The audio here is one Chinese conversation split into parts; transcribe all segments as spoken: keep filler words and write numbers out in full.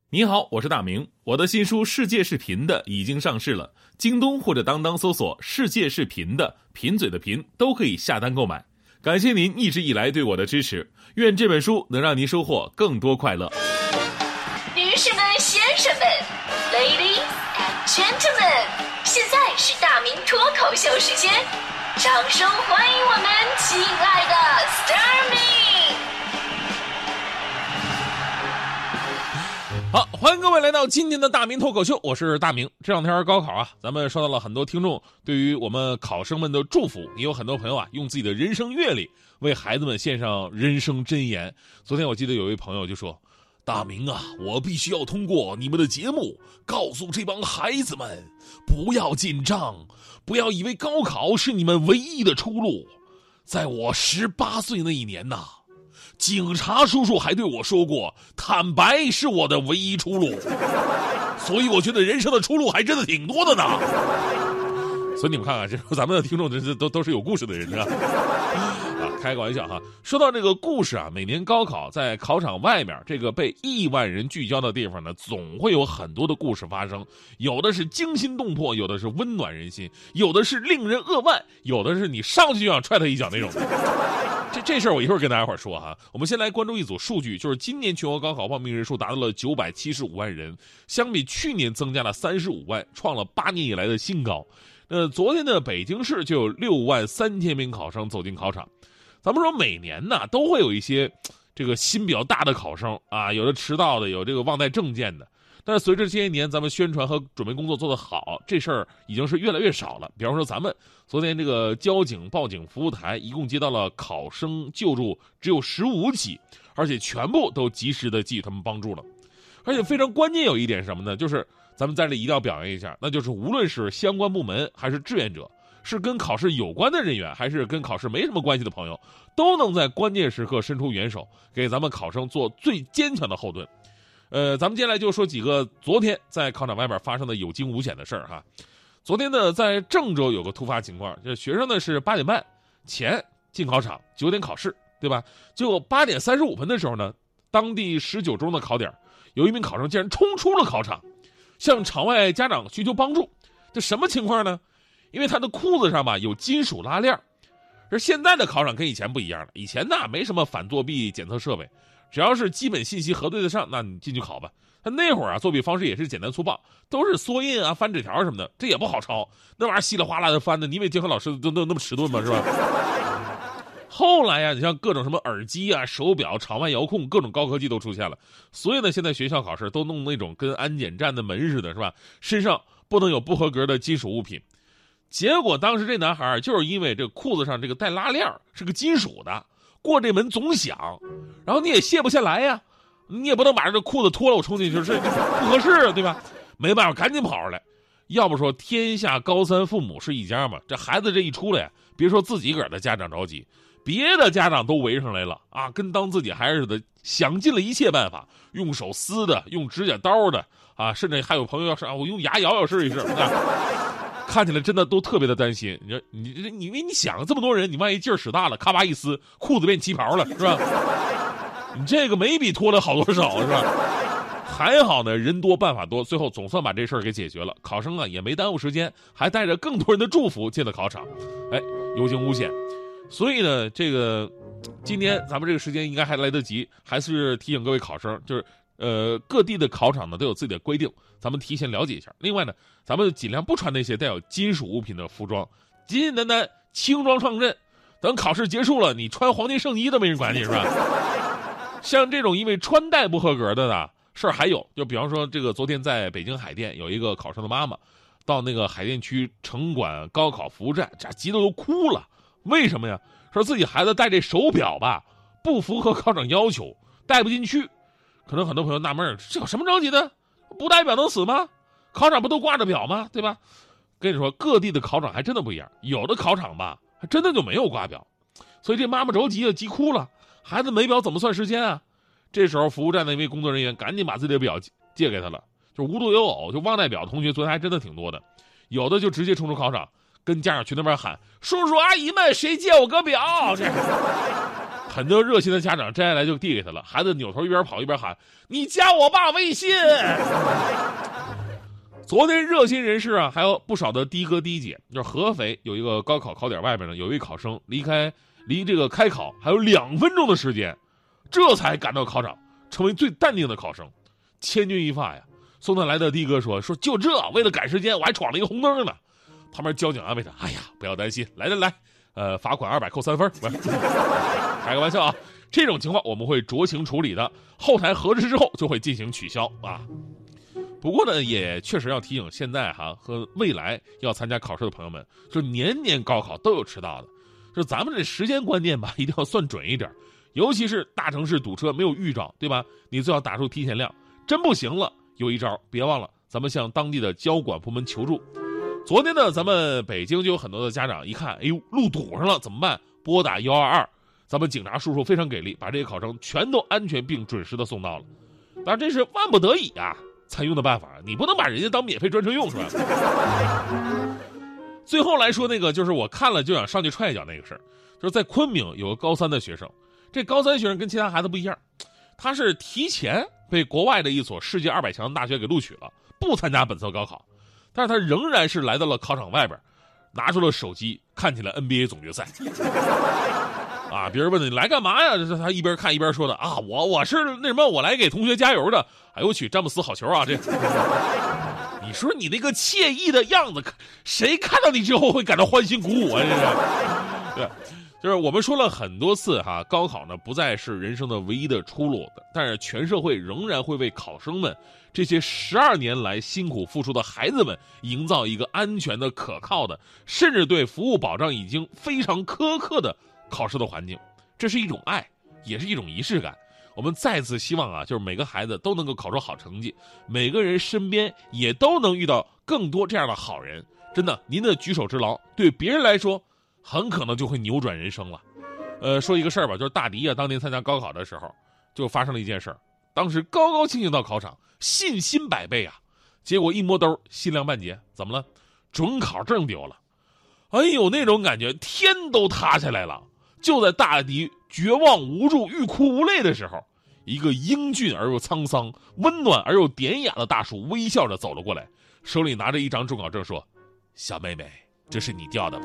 你好，我是大明。我的新书《世界是贫的》已经上市了，京东或者当当搜索"世界是贫的"，贫嘴的贫都可以下单购买。感谢您一直以来对我的支持，愿这本书能让您收获更多快乐。 女士们、先生们 ，Ladies and Gentlemen， 现在是大明脱口秀时间，掌声欢迎我们亲爱的 Starmin。 好，欢迎各位来到今天的大明脱口秀，我是大明。这两天高考啊，咱们收到了很多听众对于我们考生们的祝福，也有很多朋友啊用自己的人生阅历为孩子们献上人生箴言。昨天我记得有一位朋友就说：大明啊，我必须要通过你们的节目告诉这帮孩子们，不要紧张，不要以为高考是你们唯一的出路。在我十八岁那一年呐、啊警察叔叔还对我说过，坦白是我的唯一出路，所以我觉得人生的出路还真的挺多的呢。所以你们看看，这咱们的听众这都都是有故事的人啊。啊，开个玩笑哈。说到这个故事啊，每年高考在考场外面这个被亿万人聚焦的地方呢，总会有很多的故事发生，有的是惊心动魄，有的是温暖人心，有的是令人扼腕，有的是你上去就想踹他一脚那种。这这事儿我一会儿跟大家伙说哈。我们先来关注一组数据，就是今年全国高考报名人数达到了九百七十五万人，相比去年增加了三十五万，创了八年以来的新高。呃，昨天的北京市就有六万三千名考生走进考场。咱们说每年呢都会有一些这个心比较大的考生啊，有的迟到的，有这个忘带证件的。但是随着这些年咱们宣传和准备工作做得好，这事儿已经是越来越少了。比方说咱们昨天这个交警报警服务台一共接到了考生救助只有十五起，而且全部都及时的给予他们帮助了。而且非常关键有一点是什么呢，就是咱们在这里一定要表扬一下，那就是无论是相关部门还是志愿者，是跟考试有关的人员还是跟考试没什么关系的朋友，都能在关键时刻伸出援手，给咱们考生做最坚强的后盾。呃，咱们接下来就说几个昨天在考场外边发生的有惊无险的事儿哈。昨天呢，在郑州有个突发情况，这学生呢是八点半前进考场，九点考试，对吧？结果八点三十五分的时候呢，当地十九中的考点，有一名考生竟然冲出了考场，向场外家长寻求帮助。这什么情况呢？因为他的裤子上吧有金属拉链。而现在的考场跟以前不一样了，以前呢没什么反作弊检测设备。只要是基本信息核对得上，那你进去考吧。他那会儿啊，作弊方式也是简单粗暴，都是缩印啊、翻纸条什么的，这也不好抄。那玩意儿稀里哗啦的翻的，你以为监考老师都都那么迟钝吗？是吧？后来呀、啊，你像各种什么耳机啊、手表、场外遥控，各种高科技都出现了。所以呢，现在学校考试都弄那种跟安检站的门似的，是吧？身上不能有不合格的金属物品。结果当时这男孩就是因为这个裤子上这个带拉链是个金属的。过这门总响，然后你也卸不下来呀，你也不能把这裤子脱了我冲进去，这不合适，对吧？没办法，赶紧跑出来。要不说天下高三父母是一家嘛，这孩子这一出来，别说自己个儿的家长着急，别的家长都围上来了啊，跟当自己孩子似的，想尽了一切办法，用手撕的，用指甲刀的啊，甚至还有朋友要是啊，我用牙咬咬试一试。看起来真的都特别的担心，你说你你你因为你想这么多人，你万一劲儿使大了，咔吧一撕，裤子变旗袍了，是吧？你这个没比脱了好多少，是吧？还好呢，人多办法多，最后总算把这事儿给解决了。考生啊也没耽误时间，还带着更多人的祝福进了考场，哎，有惊无险。所以呢，这个今天咱们这个时间应该还来得及，还是提醒各位考生，就是呃各地的考场呢都有自己的规定。咱们提前了解一下。另外呢，咱们尽量不穿那些带有金属物品的服装，简简单单轻装上阵。等考试结束了，你穿黄金圣衣都没人管你，是吧？像这种因为穿戴不合格的呢事儿还有，就比方说这个昨天在北京海淀有一个考生的妈妈，到那个海淀区城管高考服务站，这急得都哭了。为什么呀？说自己孩子戴这手表吧，不符合考场要求，戴不进去。可能很多朋友纳闷，这有什么着急的？不戴表能死吗？考场不都挂着表吗？对吧？跟你说，各地的考场还真的不一样，有的考场吧，还真的就没有挂表，所以这妈妈着急了，急哭了。孩子没表怎么算时间啊？这时候服务站的一位工作人员赶紧把自己的表借给他了。就无独有偶，就忘带表同学昨天还真的挺多的，有的就直接冲出考场，跟家长去那边喊：“叔叔阿姨们，谁借我个表？”这很多热心的家长摘下来就递给他了，孩子扭头一边跑一边喊：“你加我爸微信！”昨天热心人士啊，还有不少的的哥的姐，就是合肥有一个高考考点外边呢，有一位考生离开离这个开考还有两分钟的时间，这才赶到考场，成为最淡定的考生，千钧一发呀。送他来的的哥说说就这，为了赶时间，我还闯了一个红灯呢。旁边交警安慰他：“哎呀，不要担心，来来来，呃，罚款二百，扣三分。”开个玩笑啊，这种情况我们会酌情处理的，后台核实之后就会进行取消啊。不过呢，也确实要提醒现在哈和未来要参加考试的朋友们，就年年高考都有迟到的，就咱们这时间观念吧，一定要算准一点，尤其是大城市堵车没有预兆，对吧？你最好打出提前量，真不行了，有一招，别忘了咱们向当地的交管部门求助。昨天呢，咱们北京就有很多的家长一看，哎呦，路堵上了怎么办？拨打一二二，咱们警察叔叔非常给力，把这些考生全都安全并准时的送到了。当然这是万不得已啊才用的办法，你不能把人家当免费专车用是吧？最后来说那个就是我看了就想上去踹一脚那个事儿，就是在昆明有个高三的学生，这高三学生跟其他孩子不一样，他是提前被国外的一所世界二百强大学给录取了，不参加本次高考，但是他仍然是来到了考场外边，拿出了手机看起了 N B A 总决赛。啊！别人问你来干嘛呀？这他一边看一边说的啊，我我是那什么，我来给同学加油的。哎呦我去，詹姆斯好球啊！这，你说你那个惬意的样子，谁看到你之后会感到欢欣鼓舞啊？这是，对，就是我们说了很多次哈，高考呢不再是人生的唯一的出路的，但是全社会仍然会为考生们这些十二年来辛苦付出的孩子们营造一个安全的、可靠的，甚至对服务保障已经非常苛刻的考试的环境。这是一种爱，也是一种仪式感。我们再次希望啊，就是每个孩子都能够考出好成绩，每个人身边也都能遇到更多这样的好人。真的，您的举手之劳对别人来说很可能就会扭转人生了。呃，说一个事儿吧，就是大迪啊，当年参加高考的时候就发生了一件事儿，当时高高兴兴到考场，信心百倍啊，结果一摸兜，心凉半截，怎么了？准考证丢了。哎呦，那种感觉天都塌下来了。就在大迪绝望无助、欲哭无泪的时候，一个英俊而又沧桑、温暖而又典雅的大叔微笑着走了过来，手里拿着一张准考证说：“小妹妹，这是你掉的吧？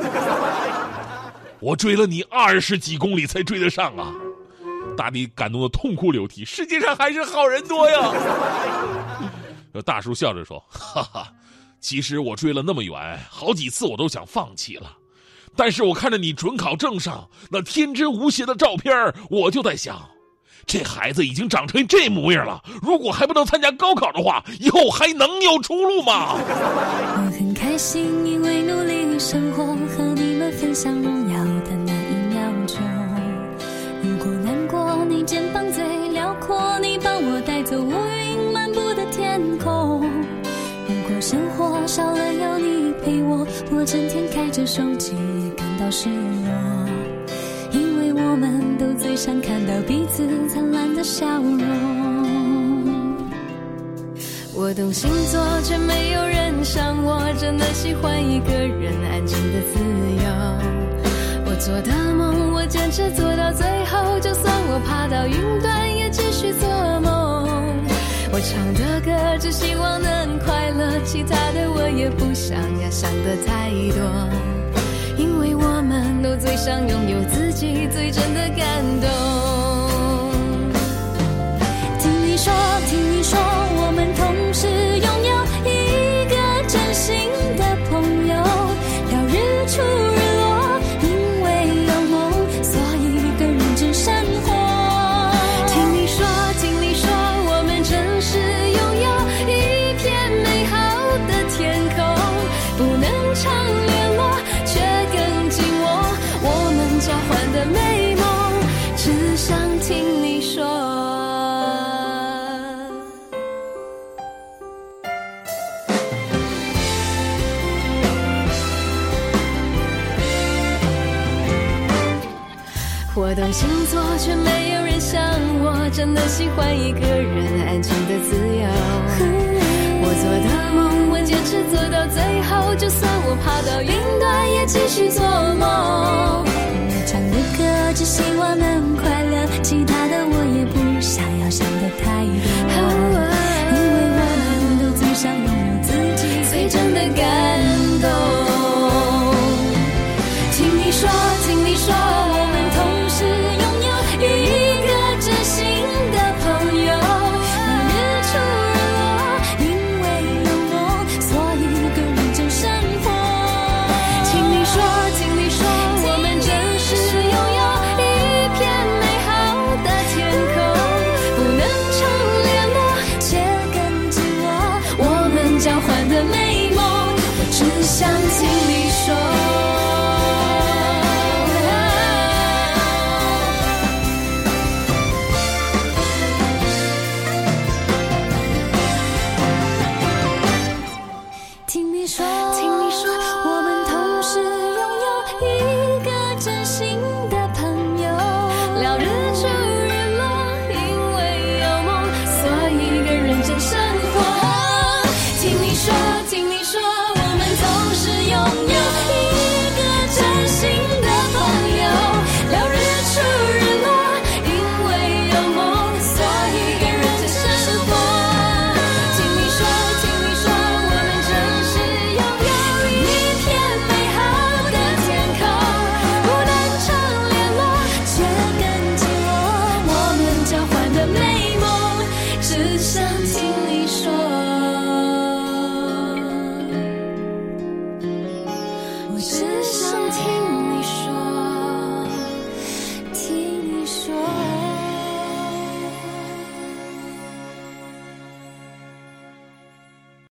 我追了你二十几公里才追得上啊！”大迪感动的痛哭流涕，世界上还是好人多呀。大叔笑着说：“哈哈，其实我追了那么远，好几次我都想放弃了。但是我看着你准考证上那天真无邪的照片，我就在想，这孩子已经长成这模样了，如果还不能参加高考的话，以后还能有出路吗？” 我很开心，因为努力生活，和你们分享荣耀的那一秒钟。如果难过，你肩膀最辽阔，你帮我带走乌云漫布的天空。如果生活少了有你陪我，我整天开着手机也感到失落，因为我们都最想看到彼此灿烂的笑容。我懂星座，却没有人像我，真的喜欢一个人安静的自由。我做的梦，我坚持做到最后，就算我爬到云端，也继续做梦。我唱的歌，只希望能快乐，其他的我也不想要想的太多，因为我们都最想拥有自己最真的感动。听你说，听你说，我们同时拥有一个真心的朋友，要日出日落，因为有梦，所以更认真生活。听你说，听你说，我们真是拥有一片美好的天空，不能常联络，却更紧握我们交换的美梦，只想听你说。我懂星座，却没有人像我，真的喜欢一个人安静的自由。我做的梦，我坚持做到最后，就算我爬到云端，也继续做梦。我唱的刻，只希望能快乐，其他的我也不想要想得太多。